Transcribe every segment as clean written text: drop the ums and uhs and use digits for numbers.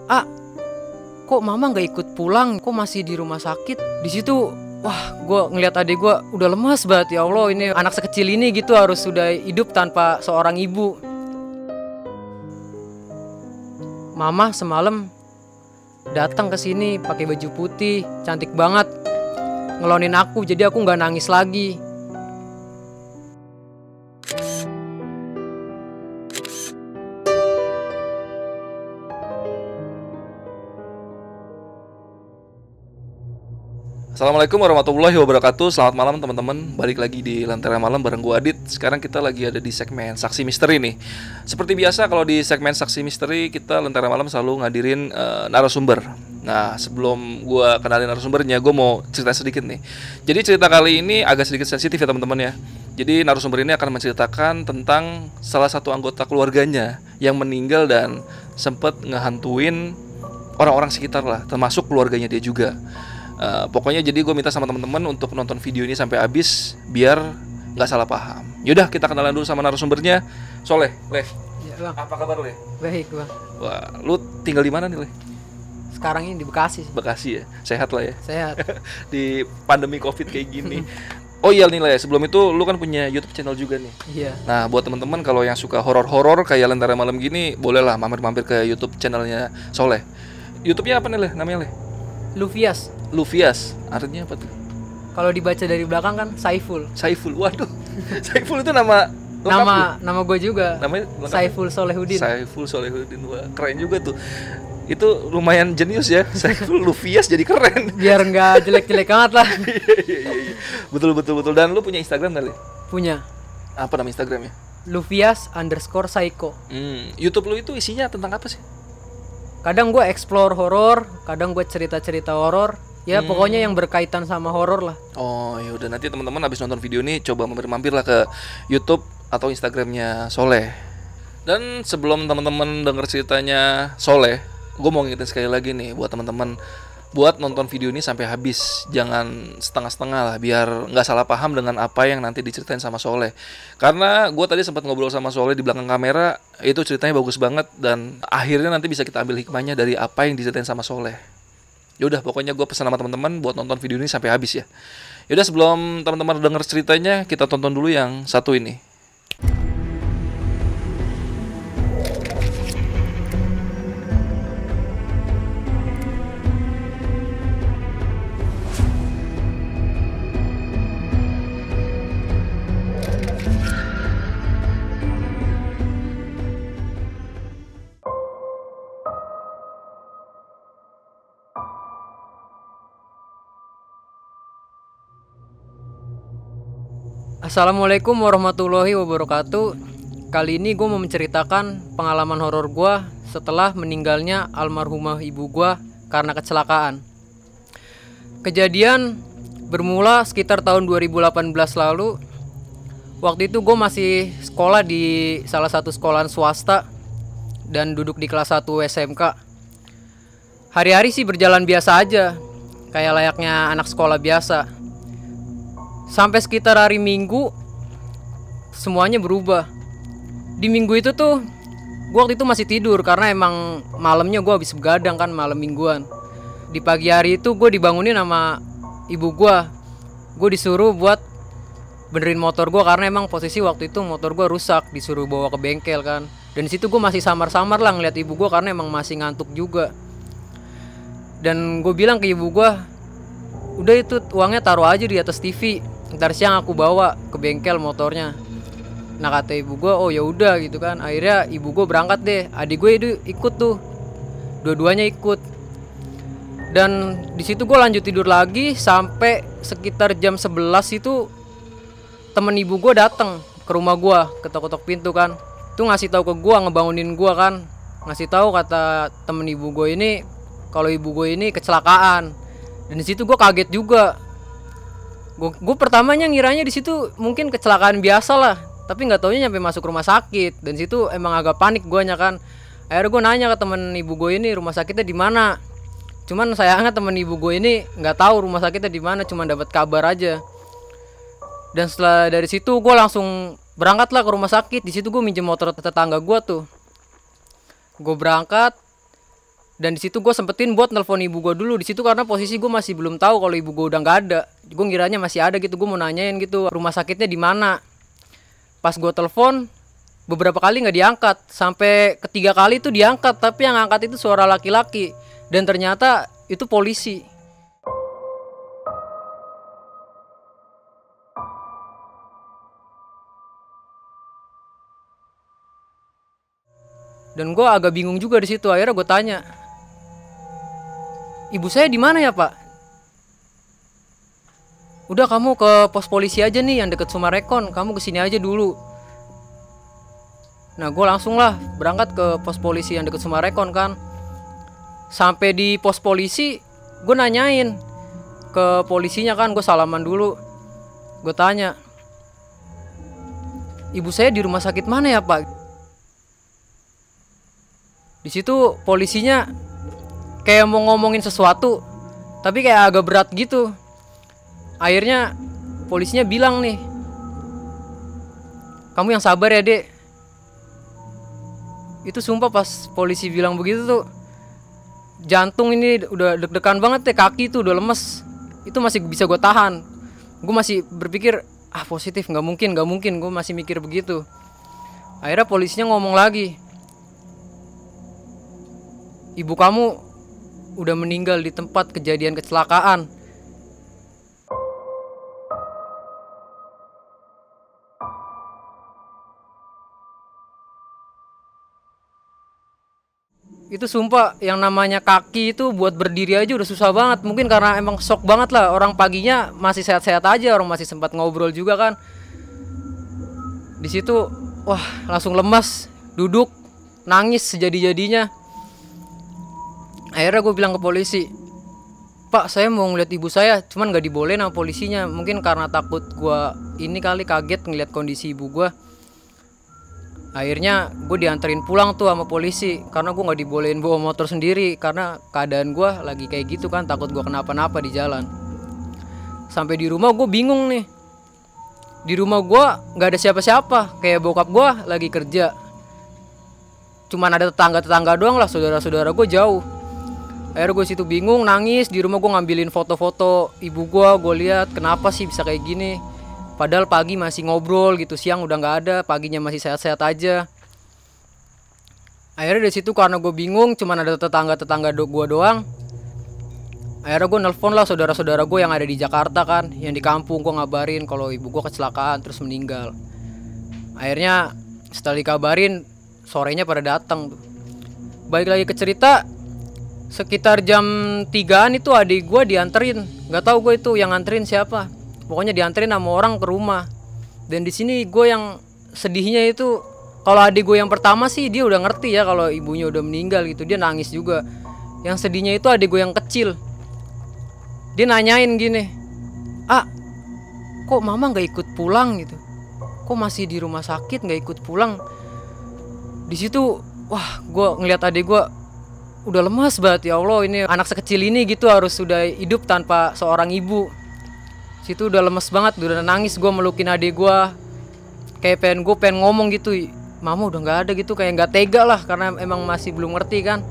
"Ah, kok mama nggak ikut pulang? Kok masih di rumah sakit?" Di situ wah, gue ngeliat adik gue udah lemas banget. Ya Allah, ini anak sekecil ini gitu harus sudah hidup tanpa seorang ibu. Mama semalam datang ke sini pakai baju putih, cantik banget, ngelonin aku, jadi aku nggak nangis lagi. Assalamualaikum warahmatullahi wabarakatuh. Selamat malam teman-teman. Balik lagi di Lentera Malam bareng gue Adit. Sekarang kita lagi ada di segmen Saksi Misteri nih. Seperti biasa kalau di segmen Saksi Misteri kita Lentera Malam selalu ngadirin narasumber. Nah, sebelum gue kenalin narasumbernya, gue mau cerita sedikit nih. Jadi cerita kali ini agak sedikit sensitif ya teman-teman ya. Jadi narasumber ini akan menceritakan tentang salah satu anggota keluarganya yang meninggal dan sempat ngehantuin orang-orang sekitar lah, termasuk keluarganya dia juga. Pokoknya jadi gue minta sama teman-teman untuk nonton video ini sampai habis biar nggak salah paham. Yaudah kita kenalan dulu sama narasumbernya. Soleh, Leh. Ya, Bang. Apa kabar Leh? Baik, Bang. Wah, lu tinggal di mana nih Leh? Sekarang ini di Bekasi. Bekasi ya, sehat lah ya. Sehat. Di pandemi COVID kayak gini. Oh iya nih Leh, sebelum itu lu kan punya YouTube channel juga nih. Iya. Nah buat teman-teman kalau yang suka horor-horor kayak Lentera Malam gini, bolehlah mampir-mampir ke YouTube channelnya Soleh. YouTube-nya apa nih Leh? Namanya Leh? Lufias. Lufias, artinya apa tuh? Kalau dibaca dari belakang kan Saiful. Saiful, waduh. Saiful itu nama lengkap lu? Nama gue juga. Namanya lengkap? Saiful Solehudin. Saiful Solehudin, wah keren juga tuh. Itu lumayan jenius ya, Saiful Lufias jadi keren. Biar nggak jelek-jelek amat lah. Iya. Betul. Dan lu punya Instagram kali? Punya. Apa nama Instagramnya? Lufias_psycho. YouTube lu itu isinya tentang apa sih? Kadang gue explore horor, kadang gue cerita-cerita horor. Ya pokoknya yang berkaitan sama horor lah. Oh ya udah, nanti teman-teman habis nonton video ini coba mampir lah ke YouTube atau Instagramnya Soleh. Dan sebelum teman-teman denger ceritanya Soleh, gue mau ngingetin sekali lagi nih buat teman-teman, buat nonton video ini sampai habis, jangan setengah-setengah lah, biar nggak salah paham dengan apa yang nanti diceritain sama Soleh. Karena gue tadi sempat ngobrol sama Soleh di belakang kamera, itu ceritanya bagus banget dan akhirnya nanti bisa kita ambil hikmahnya dari apa yang diceritain sama Soleh. Yaudah, pokoknya gue pesan sama teman-teman buat nonton video ini sampai habis ya. Yaudah, sebelum teman-teman denger ceritanya, kita tonton dulu yang satu ini. Assalamualaikum warahmatullahi wabarakatuh. Kali ini gue mau menceritakan pengalaman horor gue setelah meninggalnya almarhumah ibu gue karena kecelakaan. Kejadian bermula sekitar tahun 2018 lalu. Waktu itu gue masih sekolah di salah satu sekolahan swasta dan duduk di kelas 1 SMK. Hari-hari sih berjalan biasa aja, kayak layaknya anak sekolah biasa. Sampai sekitar hari Minggu semuanya berubah. Di minggu itu tuh gue waktu itu masih tidur karena emang malamnya gue habis begadang kan, malam mingguan. Di pagi hari itu gue dibangunin sama ibu gue. Gue disuruh buat benerin motor gue karena emang posisi waktu itu motor gue rusak, disuruh bawa ke bengkel kan. Dan di situ gue masih samar-samar lah ngeliat ibu gue karena emang masih ngantuk juga. Dan gue bilang ke ibu gue, udah itu uangnya taruh aja di atas TV, ntar siang aku bawa ke bengkel motornya. Nah kata ibu gue, oh ya udah gitu kan. Akhirnya ibu gue berangkat deh, adik gue itu ikut tuh, dua-duanya ikut. Dan di situ gue lanjut tidur lagi sampai sekitar jam 11 itu temen ibu gue datang ke rumah gue, ketok-ketok pintu kan. Tuh ngasih tahu ke gue, ngebangunin gue kan, ngasih tahu kata temen ibu gue ini kalau ibu gue ini kecelakaan. Dan di situ gue kaget juga. Gue pertamanya ngiranya di situ mungkin kecelakaan biasa lah, tapi nggak taunya nyampe masuk rumah sakit. Dan situ emang agak panik guanya kan. Akhirnya gue nanya ke temen ibu gue ini rumah sakitnya di mana. Cuman sayangnya temen ibu gue ini nggak tahu rumah sakitnya di mana, cuma dapat kabar aja. Dan setelah dari situ gue langsung berangkat lah ke rumah sakit. Di situ gue minjem motor tetangga gue tuh. Gue berangkat. Dan di situ gue sempetin buat nelpon ibu gue dulu di situ, karena posisi gue masih belum tahu kalau ibu gue udah nggak ada. Gue ngiranya masih ada gitu, gue mau nanyain gitu rumah sakitnya di mana. Pas gue telepon beberapa kali nggak diangkat, sampai ketiga kali itu diangkat, tapi yang angkat itu suara laki-laki dan ternyata itu polisi. Dan gue agak bingung juga di situ. Akhirnya gue tanya, ibu saya di mana ya Pak? Udah kamu ke pos polisi aja nih yang deket Sumarekon, kamu kesini aja dulu. Nah gue langsung lah berangkat ke pos polisi yang deket Sumarekon kan. Sampai di pos polisi gue nanyain ke polisinya kan, gue salaman dulu. Gue tanya, ibu saya di rumah sakit mana ya Pak? Di situ polisinya kayak mau ngomongin sesuatu, tapi kayak agak berat gitu. Akhirnya polisinya bilang nih, kamu yang sabar ya dek. Itu sumpah pas polisi bilang begitu tuh, jantung ini udah deg-degan banget deh, kaki tuh udah lemes. Itu masih bisa gue tahan. Gue masih berpikir, positif, gak mungkin. Gue masih mikir begitu. Akhirnya polisinya ngomong lagi, ibu kamu udah meninggal di tempat kejadian kecelakaan. Itu sumpah yang namanya kaki itu buat berdiri aja udah susah banget. Mungkin karena emang shock banget lah. Orang paginya masih sehat-sehat aja, orang masih sempat ngobrol juga kan. Di situ wah langsung lemas, duduk, nangis sejadi-jadinya. Akhirnya gue bilang ke polisi, Pak saya mau ngeliat ibu saya, cuman gak dibolehin sama polisinya. Mungkin karena takut gue ini kali kaget ngeliat kondisi ibu gue. Akhirnya gue dianterin pulang tuh sama polisi, karena gue gak dibolehin bawa motor sendiri, karena keadaan gue lagi kayak gitu kan, takut gue kenapa-napa di jalan. Sampai di rumah gue bingung nih. Di rumah gue gak ada siapa-siapa, kayak bokap gue lagi kerja. Cuman ada tetangga-tetangga doang lah, saudara-saudara gue jauh. Akhirnya gue situ bingung, nangis. Di rumah gue ngambilin foto-foto ibu gue lihat kenapa sih bisa kayak gini. Padahal pagi masih ngobrol gitu, siang udah nggak ada, paginya masih sehat-sehat aja. Akhirnya dari situ karena gue bingung, cuman ada tetangga-tetangga gue doang. Akhirnya gue nelpon lah saudara-saudara gue yang ada di Jakarta kan, yang di kampung. Gue ngabarin kalau ibu gue kecelakaan terus meninggal. Akhirnya setelah dikabarin, sorenya pada datang. Balik lagi ke cerita, sekitar jam 3-an itu adik gue dianterin. Nggak tahu gue itu yang nganterin siapa. Pokoknya dianterin sama orang ke rumah. Dan di sini gue yang sedihnya itu, kalau adik gue yang pertama sih dia udah ngerti ya kalau ibunya udah meninggal gitu, dia nangis juga. Yang sedihnya itu adik gue yang kecil. Dia nanyain gini, kok mama nggak ikut pulang gitu? Kok masih di rumah sakit nggak ikut pulang? Di situ, wah, gue ngeliat adik gue udah lemas banget. Ya Allah, ini anak sekecil ini gitu harus sudah hidup tanpa seorang ibu. Situ udah lemes banget, udah nangis. Gue melukin adik gue, kayak pengen ngomong gitu, mama udah nggak ada gitu, kayak nggak tega lah karena emang masih belum ngerti kan.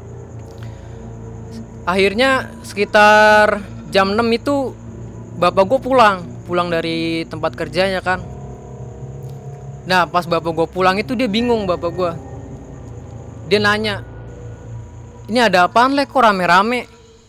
Akhirnya sekitar jam 6 itu bapak gue pulang dari tempat kerjanya kan. Nah pas bapak gue pulang itu dia bingung, bapak gue. Dia nanya, ini ada apaan lek kok rame-rame?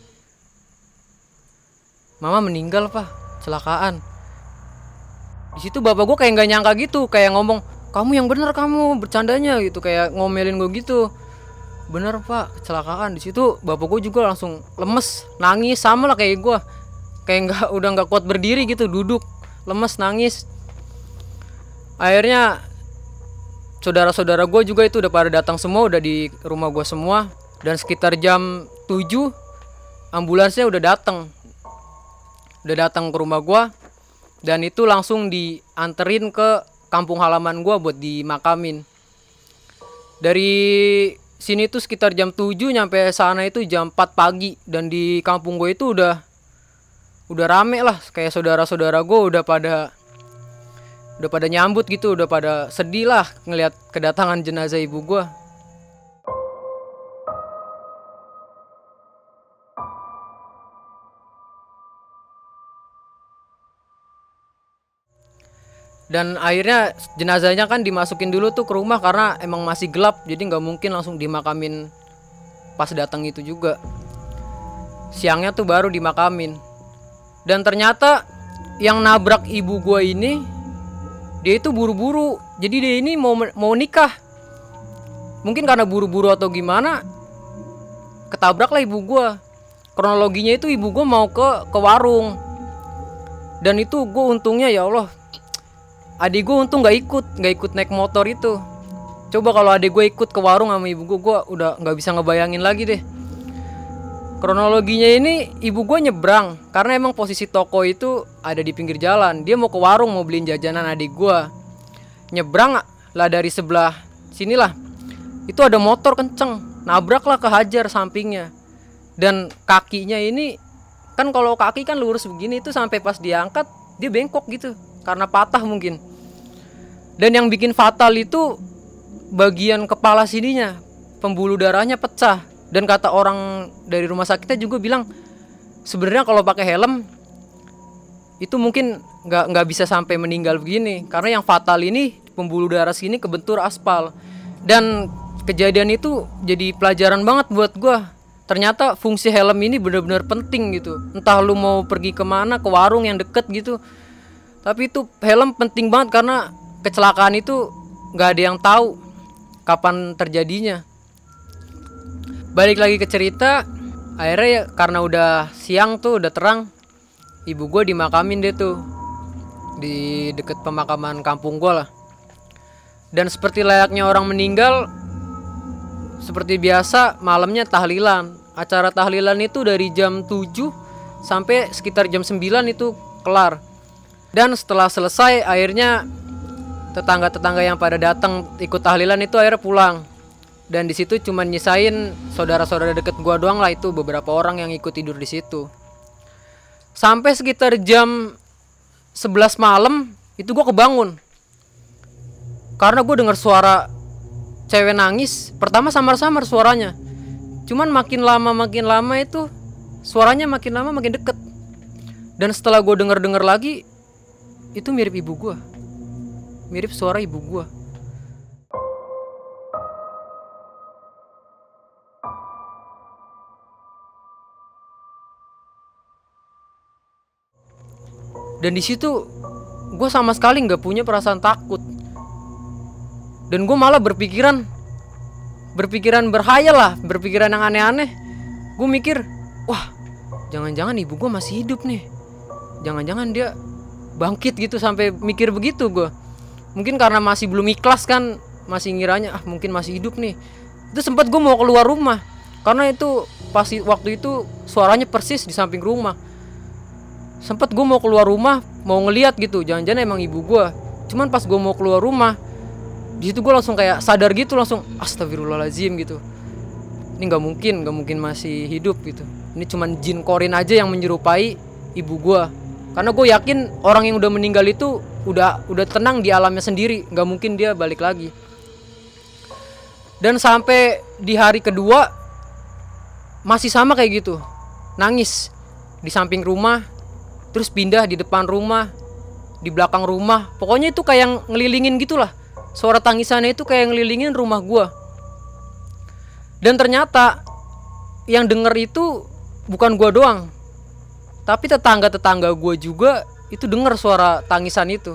Mama meninggal pak, kecelakaan. Di situ bapak gue kayak nggak nyangka gitu, kayak ngomong, kamu yang bener kamu bercandanya gitu, kayak ngomelin gue gitu. Bener pak, kecelakaan. Di situ bapak gue juga langsung lemes, nangis sama lah kayak gue, kayak udah nggak kuat berdiri gitu, duduk lemes nangis. Akhirnya saudara-saudara gue juga itu udah pada datang semua, udah di rumah gue semua. Dan sekitar jam 7 ambulansnya udah datang ke rumah gue. Dan itu langsung dianterin ke kampung halaman gue buat dimakamin. Dari sini tuh sekitar jam 7, nyampe sana itu jam 4 pagi. Dan di kampung gue itu udah rame lah, kayak saudara-saudara gue udah pada nyambut gitu, udah pada sedih lah ngelihat kedatangan jenazah ibu gue. Dan akhirnya jenazahnya kan dimasukin dulu tuh ke rumah karena emang masih gelap, jadi nggak mungkin langsung dimakamin pas datang itu juga. Siangnya tuh baru dimakamin. Dan ternyata yang nabrak ibu gua ini dia itu buru-buru. Jadi dia ini mau nikah. Mungkin karena buru-buru atau gimana, ketabraklah ibu gua. Kronologinya itu ibu gua mau ke warung. Dan itu gua untungnya, ya Allah, adik gue untung gak ikut naik motor itu. Coba kalau adik gue ikut ke warung sama ibu gue udah gak bisa ngebayangin lagi deh. Kronologinya ini ibu gue nyebrang karena emang posisi toko itu ada di pinggir jalan. Dia mau ke warung mau beliin jajanan adik gue. Nyebrang lah dari sebelah sinilah. Itu ada motor kenceng, nabrak lah ke Hajar sampingnya. Dan kakinya ini kan, kalau kaki kan lurus begini, itu sampai pas diangkat dia bengkok gitu karena patah mungkin. Dan yang bikin fatal itu bagian kepala sininya, pembuluh darahnya pecah. Dan kata orang dari rumah sakitnya juga bilang sebenarnya kalau pakai helm itu mungkin nggak bisa sampai meninggal begini, karena yang fatal ini pembuluh darah sini kebentur aspal. Dan kejadian itu jadi pelajaran banget buat gua. Ternyata fungsi helm ini benar-benar penting gitu. Entah lu mau pergi kemana, ke warung yang deket gitu, tapi itu helm penting banget karena kecelakaan itu nggak ada yang tahu kapan terjadinya. Balik lagi ke cerita, akhirnya ya, karena udah siang tuh, udah terang, ibu gue dimakamin deh tuh di deket pemakaman kampung gue lah. Dan seperti layaknya orang meninggal, seperti biasa malamnya tahlilan. Acara tahlilan itu dari jam 7 sampai sekitar jam 9 itu kelar. Dan setelah selesai akhirnya tetangga-tetangga yang pada datang ikut tahlilan itu akhirnya pulang. Dan di situ cuma nyisain saudara-saudara deket gua doang lah, itu beberapa orang yang ikut tidur di situ. Sampai sekitar jam 11 malam itu gua kebangun. Karena gua dengar suara cewek nangis. Pertama samar-samar suaranya. Cuman makin lama itu suaranya makin lama makin deket. Dan setelah gua denger lagi, itu mirip ibu gua. Mirip suara ibu gua. Dan di situ gua sama sekali nggak punya perasaan takut. Dan gua malah berpikiran berhayal lah, berpikiran yang aneh-aneh. Gua mikir, wah, jangan-jangan ibu gua masih hidup nih. Jangan-jangan dia bangkit gitu, sampai mikir begitu gua. Mungkin karena masih belum ikhlas kan, masih ngiranya mungkin masih hidup nih. Itu sempat gue mau keluar rumah karena itu pasti waktu itu suaranya persis di samping rumah. Sempat gue mau keluar rumah mau ngeliat gitu, jangan-jangan emang ibu gue. Cuman pas gue mau keluar rumah, di situ gue langsung kayak sadar gitu, langsung astagfirullahaladzim gitu. Ini nggak mungkin masih hidup gitu. Ini cuman jin korin aja yang menyerupai ibu gue. Karena gue yakin orang yang udah meninggal itu udah tenang di alamnya sendiri, nggak mungkin dia balik lagi. Dan sampai di hari kedua masih sama kayak gitu, nangis di samping rumah, terus pindah di depan rumah, di belakang rumah. Pokoknya itu kayak ngelilingin gitulah. Suara tangisannya itu kayak ngelilingin rumah gue. Dan ternyata yang denger itu bukan gue doang, tapi tetangga-tetangga gue juga itu dengar suara tangisan itu.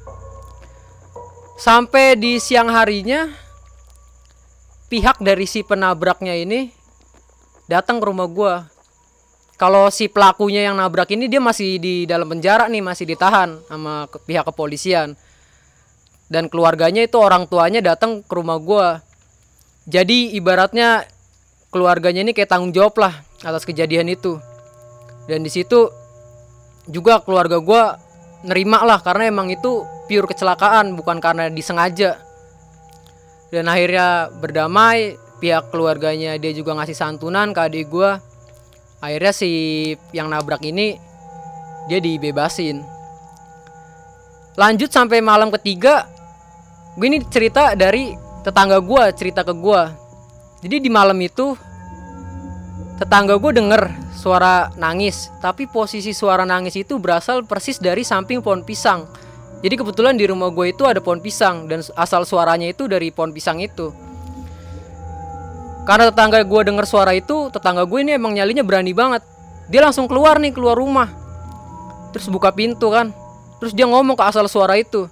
Sampai di siang harinya, pihak dari si penabraknya ini datang ke rumah gue. Kalau si pelakunya yang nabrak ini dia masih di dalam penjara nih, masih ditahan sama pihak kepolisian. Dan keluarganya itu orang tuanya datang ke rumah gue. Jadi ibaratnya keluarganya ini kayak tanggung jawab lah atas kejadian itu. Dan di situ juga keluarga gue nerima lah, karena emang itu pure kecelakaan, bukan karena disengaja. Dan akhirnya berdamai, pihak keluarganya dia juga ngasih santunan ke adik gue. Akhirnya si yang nabrak ini dia dibebasin. Lanjut sampai malam ketiga, gue ini cerita dari tetangga gue cerita ke gue. Jadi di malam itu tetangga gue denger suara nangis, tapi posisi suara nangis itu berasal persis dari samping pohon pisang Jadi kebetulan di rumah gue itu ada pohon pisang, dan asal suaranya itu dari pohon pisang itu. Karena tetangga gue denger suara itu, tetangga gue ini emang nyalinya berani banget. Dia langsung keluar rumah. Terus buka pintu kan. Terus dia ngomong ke asal suara itu,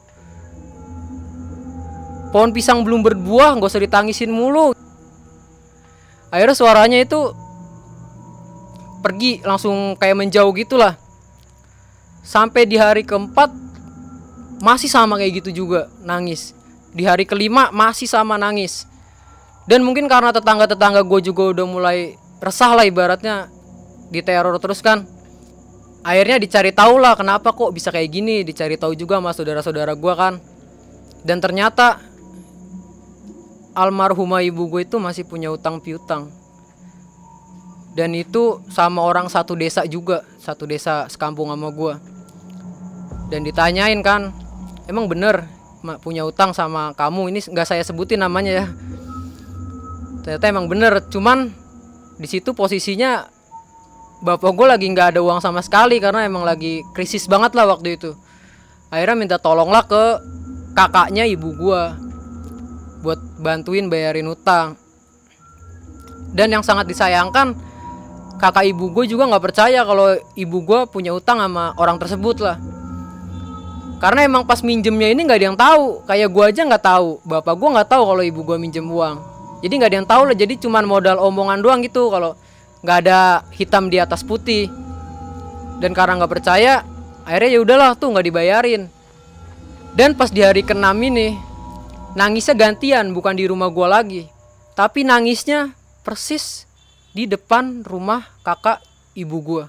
pohon pisang belum berbuah, gak usah ditangisin mulu. Akhirnya suaranya itu pergi, langsung kayak menjauh gitulah. Sampai di hari keempat masih sama kayak gitu juga, nangis. Di hari kelima masih sama nangis. Dan mungkin karena tetangga-tetangga gue juga udah mulai resah lah, ibaratnya diteror terus kan. Akhirnya dicari tahu lah kenapa kok bisa kayak gini. Dicari tahu juga sama saudara-saudara gue kan. Dan ternyata almarhumah ibu gue itu masih punya utang piutang. Dan itu sama orang satu desa juga, satu desa sekampung sama gue. Dan ditanyain kan, emang bener punya utang sama kamu? Ini nggak saya sebutin namanya ya. Ternyata emang bener, cuman di situ posisinya bapak gue lagi nggak ada uang sama sekali karena emang lagi krisis banget lah waktu itu. Akhirnya minta tolonglah ke kakaknya ibu gue buat bantuin bayarin utang. Dan yang sangat disayangkan, kakak ibu gue juga nggak percaya kalau ibu gue punya utang sama orang tersebut lah. Karena emang pas minjemnya ini nggak ada yang tahu. Kayak gue aja nggak tahu, bapak gue nggak tahu kalau ibu gue minjem uang. Jadi nggak ada yang tahu lah. Jadi cuman modal omongan doang gitu, kalau nggak ada hitam di atas putih. Dan karena nggak percaya, akhirnya ya udahlah tuh nggak dibayarin. Dan pas di hari ke-6 ini, nangisnya gantian, bukan di rumah gue lagi, tapi nangisnya persis di depan rumah kakak ibu gue.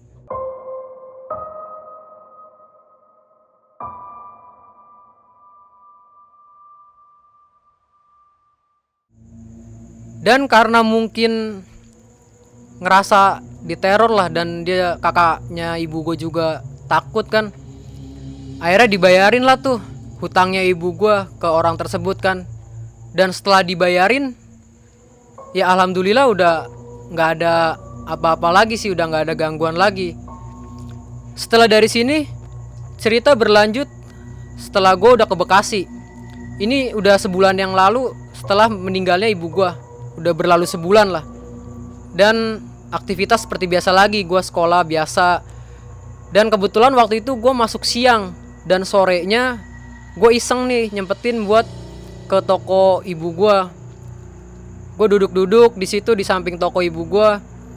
Dan karena mungkin ngerasa diteror lah, dan dia kakaknya ibu gue juga takut kan, akhirnya dibayarin lah tuh hutangnya ibu gue ke orang tersebut kan. Dan setelah dibayarin, ya alhamdulillah udah nggak ada apa-apa lagi sih, udah nggak ada gangguan lagi. Setelah dari sini cerita berlanjut setelah gue udah ke Bekasi. Ini udah sebulan yang lalu setelah meninggalnya ibu gue, udah berlalu sebulan lah. Dan aktivitas seperti biasa lagi, gue sekolah biasa. Dan kebetulan waktu itu gue masuk siang, dan sorenya gue iseng nih nyempetin buat ke toko ibu gue. Gue duduk-duduk di situ di samping toko ibu gue,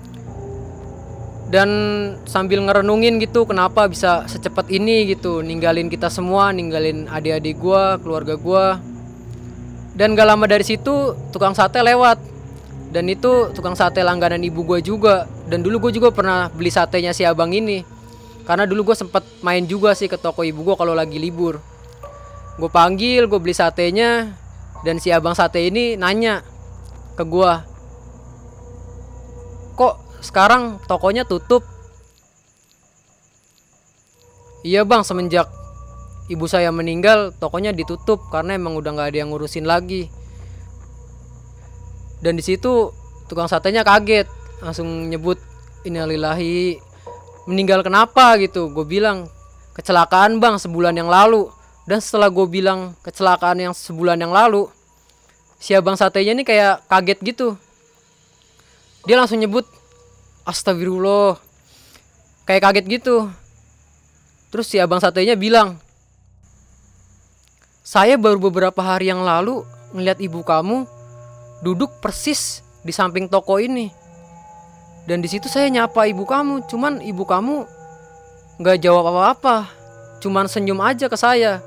dan sambil ngerenungin gitu kenapa bisa secepat ini gitu, ninggalin kita semua, ninggalin adik-adik gue, keluarga gue. Dan gak lama dari situ tukang sate lewat, dan itu tukang sate langganan ibu gue juga. Dan dulu gue juga pernah beli satenya si abang ini, karena dulu gue sempet main juga sih ke toko ibu gue kalau lagi libur. Gue panggil, gue beli satenya, dan si abang sate ini nanya ke gue, kok sekarang tokonya tutup? Iya bang, semenjak ibu saya meninggal tokonya ditutup karena emang udah nggak ada yang ngurusin lagi. Dan di situ tukang satenya kaget, langsung nyebut innalillahi, meninggal kenapa gitu. Gue bilang kecelakaan bang sebulan yang lalu. Dan setelah gue bilang kecelakaan yang sebulan yang lalu, si abang satenya ini kayak kaget gitu. Dia langsung nyebut astagfirullah, kayak kaget gitu. Terus si abang satenya bilang, saya baru beberapa hari yang lalu ngeliat ibu kamu duduk persis di samping toko ini. Dan di situ saya nyapa ibu kamu, cuman ibu kamu nggak jawab apa-apa, cuman senyum aja ke saya.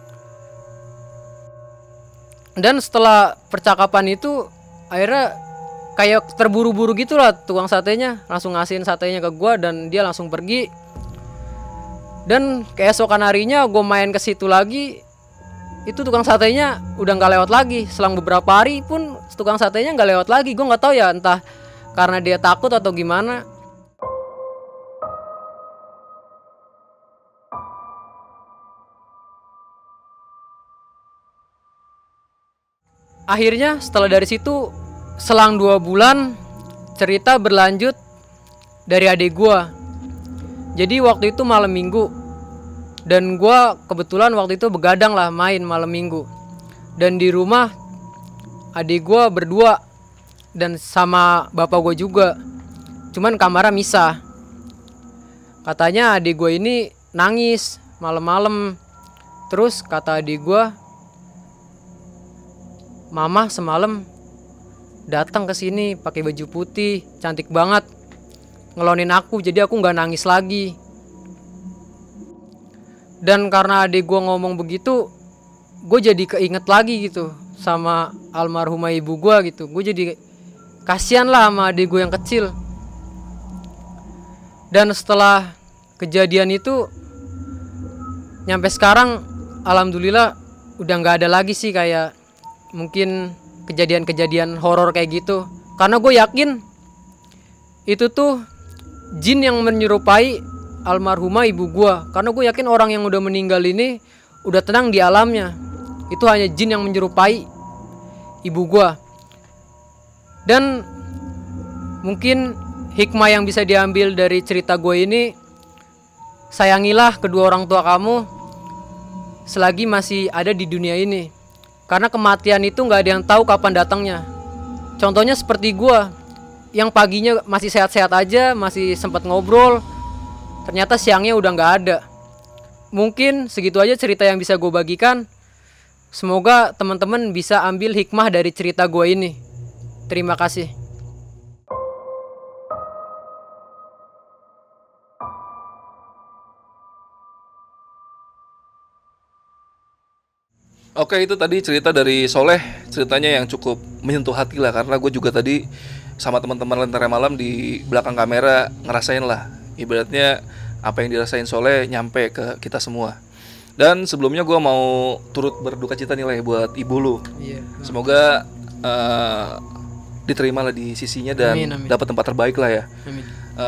Dan setelah percakapan itu, akhirnya kayak terburu-buru gitu lah tukang satenya, langsung ngasihin satenya ke gue dan dia langsung pergi. Dan keesokan harinya gue main ke situ lagi, itu tukang satenya udah nggak lewat lagi. Selang beberapa hari pun tukang satenya nggak lewat lagi. Gue nggak tahu ya, entah karena dia takut atau gimana. Akhirnya setelah dari situ, selang 2 bulan, cerita berlanjut dari adik gue. Jadi waktu itu malam minggu, Dan gue kebetulan waktu itu begadang lah main malam minggu. Dan di rumah adik gue berdua dan sama bapak gue juga. Cuman kamarnya misah. Katanya adik gue ini nangis malam-malam. Terus kata adik gue, mama semalam datang ke sini pakai baju putih, cantik banget, ngelonin aku, jadi aku nggak nangis lagi. Dan karena adik gue ngomong begitu, gue jadi keinget lagi gitu sama almarhumah ibu gue gitu. Gue jadi kasihan lah sama adik gue yang kecil. Dan setelah kejadian itu, nyampe sekarang alhamdulillah udah nggak ada lagi sih kayak mungkin kejadian-kejadian horor kayak gitu. Karena gue yakin itu tuh jin yang menyerupai almarhumah ibu gue. Karena gue yakin orang yang udah meninggal ini udah tenang di alamnya. Itu hanya jin yang menyerupai ibu gue. Dan mungkin hikmah yang bisa diambil dari cerita gue ini, sayangilah kedua orang tua kamu selagi masih ada di dunia ini. Karena kematian itu gak ada yang tahu kapan datangnya. Contohnya seperti gue, yang paginya masih sehat-sehat aja, masih sempat ngobrol, ternyata siangnya udah gak ada. Mungkin segitu aja cerita yang bisa gue bagikan. Semoga teman-teman bisa ambil hikmah dari cerita gue ini. Terima kasih. Oke, itu tadi cerita dari Soleh, ceritanya yang cukup menyentuh hati lah, karena gue juga tadi sama teman-teman Lentera Malam di belakang kamera ngerasain lah, ibaratnya apa yang dirasain Soleh nyampe ke kita semua. Dan sebelumnya gue mau turut berduka cita nih lah buat ibu lu. Iya. Semoga diterima lah di sisinya dan dapat tempat terbaik lah ya. Amin.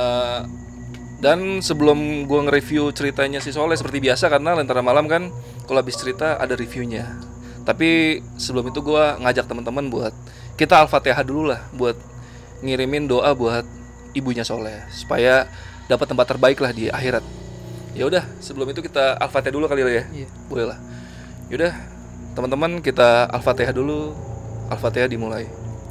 Dan sebelum gue nge-review ceritanya si Soleh, seperti biasa karena Lentera Malam kan kalau habis cerita ada reviewnya. Tapi sebelum itu gue ngajak teman-teman buat kita Al-Fatihah dulu lah, buat ngirimin doa buat ibunya Soleh supaya dapat tempat terbaik lah di akhirat. Ya udah, sebelum itu kita Al-Fatihah dulu kali ya. Iya. Boleh lah. Yaudah, teman-teman kita Al-Fatihah dulu. Al-Fatihah dimulai.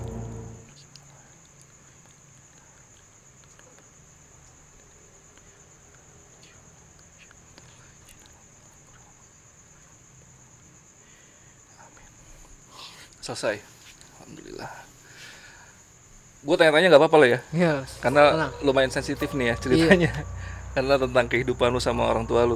Selesai. Alhamdulillah. Gue tanya-tanya gak apa-apa lah ya. Iya. Karena Tenang. lumayan sensitif nih ya ceritanya. Iya. Karena tentang kehidupan lu sama orang tua lu.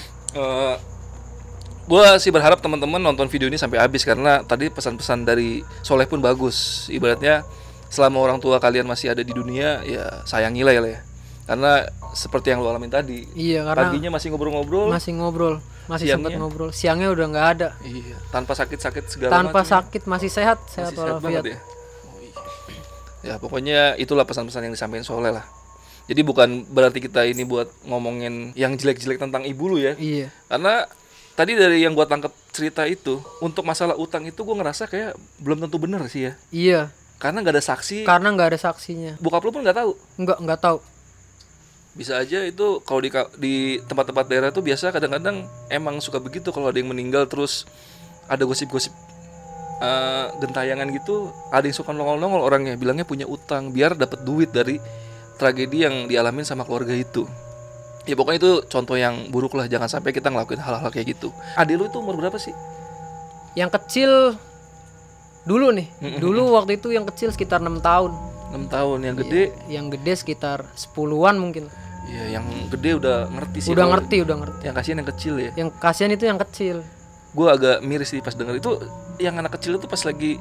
Gue sih berharap teman-teman nonton video ini sampai habis, karena tadi pesan-pesan dari Soleh pun bagus. Ibaratnya selama orang tua kalian masih ada di dunia, ya sayangilah ya. Karena seperti yang lu alamin tadi. Iya, karena paginya masih ngobrol-ngobrol. Masih sempat ngobrol. Siangnya udah nggak ada. Iya, tanpa sakit-sakit segala Tanpa macam. sakit, masih sehat walafiat. Ya. Oh, iya. Ya pokoknya itulah pesan-pesan yang disampaikan Soleh lah. Jadi bukan berarti kita ini buat ngomongin yang jelek-jelek tentang ibu lu ya. Iya. Karena tadi dari yang gua tangkap cerita itu, untuk masalah utang itu gua ngerasa kayak belum tentu benar sih ya. Iya. Karena nggak ada saksi. Karena nggak ada saksinya. Bokap lu pun nggak tahu. Nggak tahu. Bisa aja itu kalau di tempat-tempat daerah tuh biasa kadang-kadang emang suka begitu, kalau ada yang meninggal terus ada gosip-gosip gentayangan gitu, ada yang suka nongol-nongol orangnya bilangnya punya utang biar dapat duit dari tragedi yang dialamin sama keluarga itu. Ya pokoknya itu contoh yang buruk lah, jangan sampai kita ngelakuin hal-hal kayak gitu. Adik lu itu umur berapa sih? Yang kecil dulu nih. Dulu waktu itu yang kecil sekitar 6 tahun. 6 tahun, yang gede? Yang gede sekitar 10-an mungkin. Iya, yang gede udah ngerti sih. Udah ngerti. Yang kasihan yang kecil ya. Yang kasihan itu yang kecil. Gue agak miris sih pas denger itu. Yang anak kecil itu pas lagi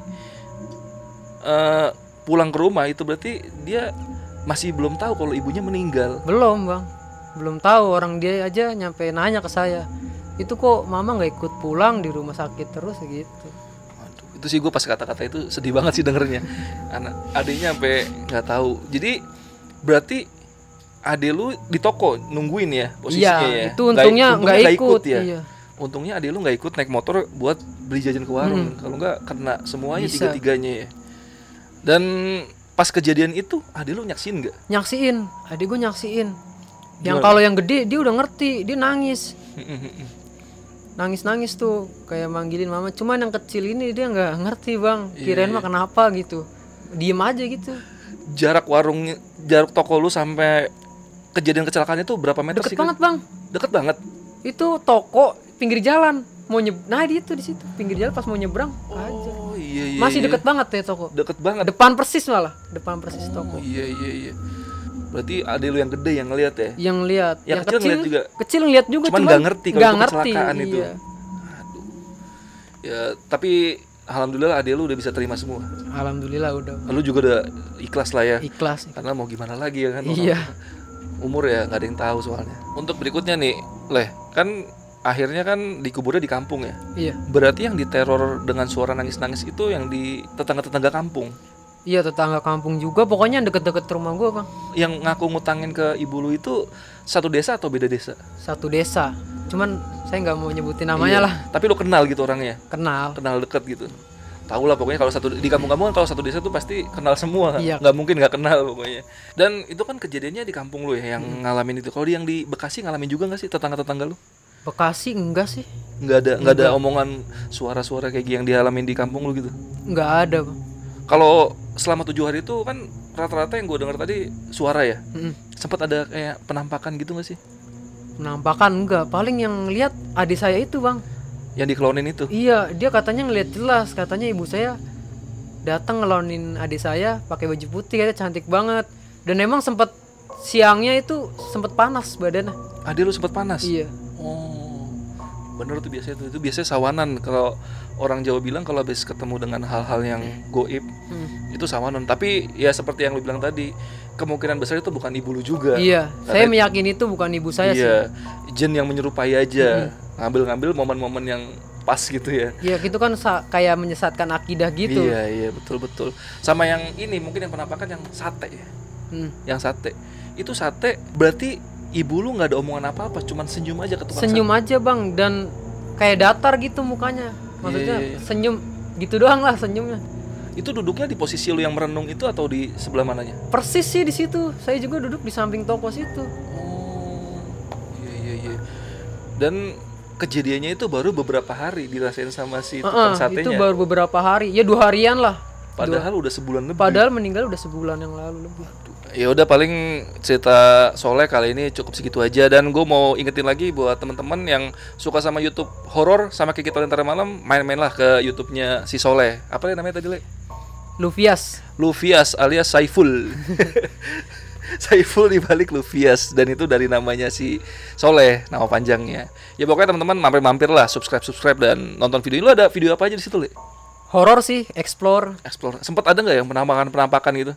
pulang ke rumah itu berarti dia masih belum tahu kalau ibunya meninggal. Belum bang, belum tahu. Orang dia aja nyampe nanya ke saya, itu kok mama nggak ikut pulang di rumah sakit terus gitu. Waduh, itu sih gue pas kata-kata itu sedih banget sih dengernya. Anak adiknya sampai nggak tahu. Jadi berarti adik lu di toko nungguin ya posisinya ya. Itu untungnya nggak ikut ya. Iya. Untungnya adik lu nggak ikut naik motor buat beli jajan ke warung. Kalau nggak kena semuanya tiga-tiganya ya. Dan pas kejadian itu adik lu nyaksin nggak? Nyaksin, adik gue nyaksin. Yang kalau yang gede dia udah ngerti, dia nangis. Nangis-nangis tuh kayak manggilin mama, cuman yang kecil ini dia nggak ngerti bang, Iya, kirain iya. mah kenapa gitu, diem aja gitu. Jarak toko lu sampai kejadian kecelakaan itu berapa meter Deket sih? banget bang, Deket banget. itu toko pinggir jalan, nah dia tuh di situ pinggir jalan pas mau nyebrang aja. Oh iya iya. Masih iya. deket banget ya toko, Deket banget. depan persis malah, depan persis Oh toko. iya iya iya. Berarti adek lu yang gede yang ngeliat ya? Yang lihat, Yang kecil ngeliat juga? kecil ngeliat juga, Cuman nggak ngerti kalau nggak itu ngerti, kecelakaan itu. iya. Ya tapi alhamdulillah adek lu udah bisa terima semua. Alhamdulillah udah Lu juga udah ikhlas lah ya. ikhlas. Karena mau gimana lagi ya kan? Iya. Umur ya nggak ada yang tahu soalnya. Untuk berikutnya nih, Leh, kan akhirnya kan dikuburnya di kampung ya. Iya. Berarti yang diteror dengan suara nangis-nangis itu yang di tetangga-tetangga kampung. Iya, tetangga kampung juga, pokoknya yang deket-deket rumah gua bang. Yang ngaku ngutangin ke ibu lu itu satu desa atau beda desa? Satu desa, cuman saya nggak mau nyebutin namanya Iya. lah. Tapi lu kenal gitu orangnya? Kenal. Kenal deket gitu. Tahu lah pokoknya kalau di kampung-kampung kan kalau satu desa tuh pasti kenal semua. Iya. Nggak mungkin nggak kenal pokoknya. Dan itu kan kejadiannya di kampung lu ya yang ngalamin itu. Kalau yang di Bekasi ngalamin juga nggak sih tetangga-tetangga lu? Bekasi enggak sih, Nggak ada omongan suara-suara kayak yang dialamin di kampung lu gitu. nggak ada bang. Kalau selama 7 hari itu kan rata-rata yang gue dengar tadi suara ya. Sempat ada kayak penampakan gitu nggak sih? Penampakan enggak, paling yang lihat adik saya itu bang. Yang diklonin itu? Iya, dia katanya ngeliat jelas, katanya ibu saya datang ngelonin adik saya pakai baju putih, katanya cantik banget. Dan emang sempat siangnya itu sempat panas badannya. Adik lu sempat panas? Iya. Oh, bener tuh biasanya tuh. Itu biasanya sawanan. Kalau orang Jawa bilang kalau habis ketemu dengan hal-hal yang goib, itu sawanan. Tapi ya seperti yang lu bilang tadi, kemungkinan besar itu bukan ibu lu juga. Iya, Karena saya meyakini itu bukan ibu saya sih. iya, jin yang menyerupai aja, ngambil-ngambil momen-momen yang pas gitu ya. Iya, gitu kan kayak menyesatkan akidah gitu. Iya, iya, betul-betul. Sama yang ini mungkin yang penampakan yang sate ya. Yang sate. Itu sate berarti ibu lu nggak ada omongan apa-apa, cuman senyum aja ke tukang Senyum aja bang, dan kayak datar gitu mukanya. Maksudnya Iya, iya. senyum gitu doang lah senyumnya. Itu duduknya di posisi lu yang merenung itu atau di sebelah mananya? Persis sih di situ. Saya juga duduk di samping toko situ. Oh, iya iya iya. Dan kejadiannya itu baru beberapa hari dirasain sama si tukang satenya. Itu baru beberapa hari, ya 2 harian lah. Padahal udah sebulan lebih. Padahal meninggal udah sebulan yang lalu lebih. Ya udah paling cerita Soleh kali ini cukup segitu aja, dan gue mau ingetin lagi buat teman-teman yang suka sama YouTube horor sama kayak kita Lentera Malam, main-mainlah ke YouTube-nya si Soleh. Apa ya namanya tadi, Le? Lufias. Lufias alias Saiful. Saiful dibalik Lufias, dan itu dari namanya si Soleh, nama panjangnya. Ya pokoknya teman-teman mampir-mampir lah, subscribe dan nonton video ini. Lu ada video apa aja di situ, Le? Horor sih, explore. Sempat ada nggak yang penampakan gitu?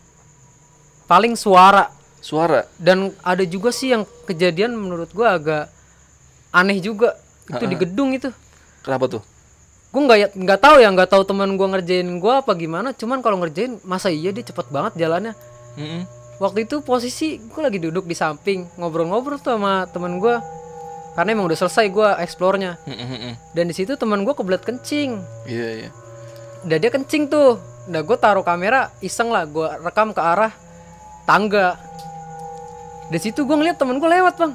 Paling suara. Dan ada juga sih yang kejadian menurut gua agak aneh juga. Itu di gedung itu. Kenapa tuh? Gua nggak tahu teman gua ngerjain gua apa gimana. Cuman kalau ngerjain masa iya dia cepet banget jalannya. Waktu itu posisi gua lagi duduk di samping ngobrol-ngobrol tuh sama teman gua. Karena emang udah selesai gua explore-nya. Dan di situ teman gua kebelet kencing. Iya. Udah dia kencing tuh. Udah gua taruh kamera iseng lah, gua rekam ke arah tangga. Di situ gue ngeliat temen gue lewat bang.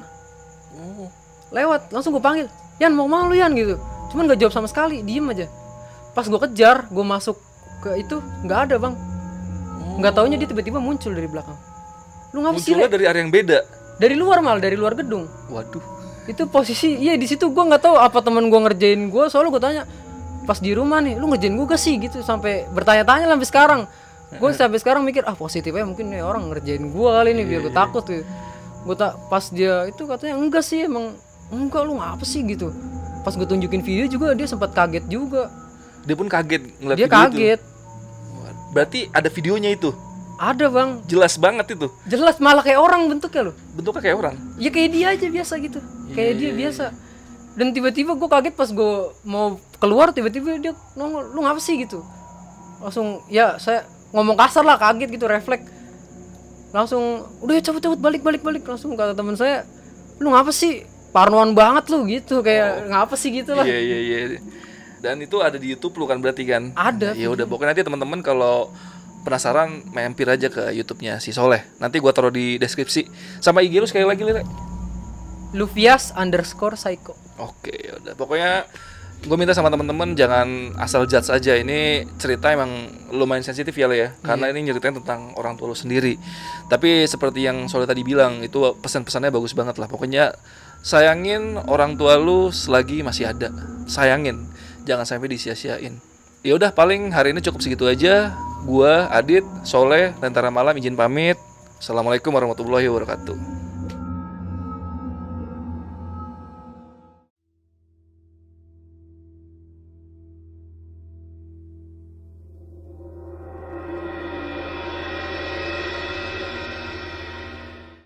Lewat, langsung gue panggil, Yan mau lu Yan gitu. Cuman gak jawab sama sekali, diem aja. Pas gue kejar, gue masuk ke itu, nggak ada bang. Nggak taunya dia tiba-tiba muncul dari belakang. Lu ngapa sih? Munculnya dari area yang beda. Dari luar malah, dari luar gedung. Waduh. Itu posisi, iya di situ gue nggak tahu apa temen gue ngerjain gue. Soalnya gue tanya, pas di rumah nih, lu ngerjain gue gak sih gitu. Sampai bertanya-tanya lah sampai sekarang. Gue sampai sekarang mikir positifnya mungkin nih orang ngerjain gue kali nih biar gue takut tuh. Gue pas dia itu katanya enggak sih, emang enggak, lu ngapa sih gitu. Pas gue tunjukin video juga dia sempat kaget juga. Dia pun kaget ngeliat dia video kaget itu. Berarti ada videonya itu. Ada bang. Jelas banget itu. Jelas, malah kayak orang bentuknya loh. Bentuknya kayak orang. Ya kayak dia aja biasa gitu. Kayak dia biasa. Dan tiba-tiba gue kaget pas gue mau keluar, tiba-tiba dia nongol, lu ngapa sih gitu. Langsung ya saya ngomong kasar lah, kaget gitu, refleks. Langsung udah ya cabut balik. Langsung kata teman saya, lu ngapa sih, parnoan banget lu gitu, kayak ngapa sih gitu lah. Iya. Dan itu ada di YouTube lu kan berarti kan? Ada. Ya udah pokoknya nanti teman-teman kalau penasaran mampir aja ke YouTube-nya si Soleh. Nanti gua taruh di deskripsi. Sama IG lu sekali lagi, Lile. Luvias_psycho. Oke, udah. Pokoknya gue minta sama teman-teman jangan asal judge aja. Ini cerita emang lumayan sensitif ya, Le, ya. Karena ini nyeritain tentang orang tua lu sendiri. Tapi seperti yang Soleh tadi bilang, itu pesan-pesannya bagus banget lah. Pokoknya sayangin orang tua lu selagi masih ada. Sayangin, jangan sampai disia-siain. Ya udah, paling hari ini cukup segitu aja. Gua Adit, Soleh, Lentera Malam izin pamit. Assalamualaikum warahmatullahi wabarakatuh.